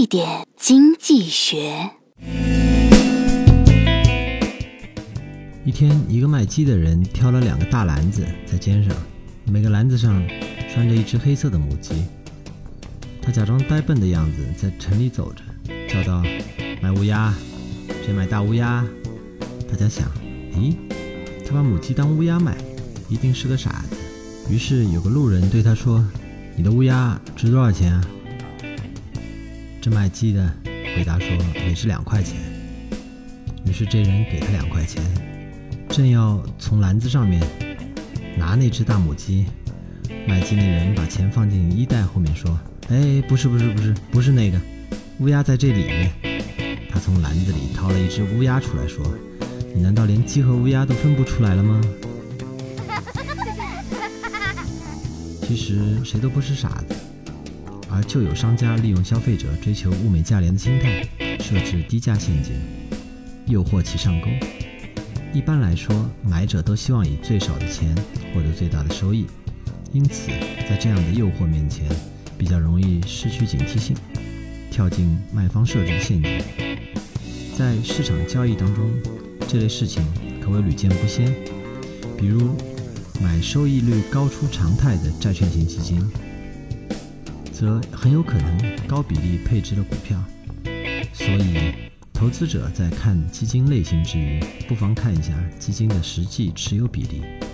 点经济学。 一天，一个卖鸡的人挑了2个大篮子在肩上，每个篮子上拴着一只黑色的母鸡。他假装呆笨的样子在城里走着，叫道：买乌鸦，谁买大乌鸦？大家想，咦，他把母鸡当乌鸦卖，一定是个傻子。于是有个路人对他说：你的乌鸦值多少钱啊？这卖鸡的回答说每只2块钱。于是这人给他2块钱，正要从篮子上面拿那只大母鸡，卖鸡那人把钱放进衣袋后面说：哎，不是那个，乌鸦在这里面。他从篮子里掏了一只乌鸦出来说：你难道连鸡和乌鸦都分不出来了吗？其实谁都不是傻子，而就有商家利用消费者追求物美价廉的心态，设置低价陷阱，诱惑其上钩。一般来说，买者都希望以最少的钱获得最大的收益，因此在这样的诱惑面前，比较容易失去警惕性，跳进卖方设置的陷阱。在市场交易当中，这类事情可谓屡见不鲜。比如买收益率高出常态的债券型基金，则很有可能高比例配置了股票。所以投资者在看基金类型之余，不妨看一下基金的实际持有比例。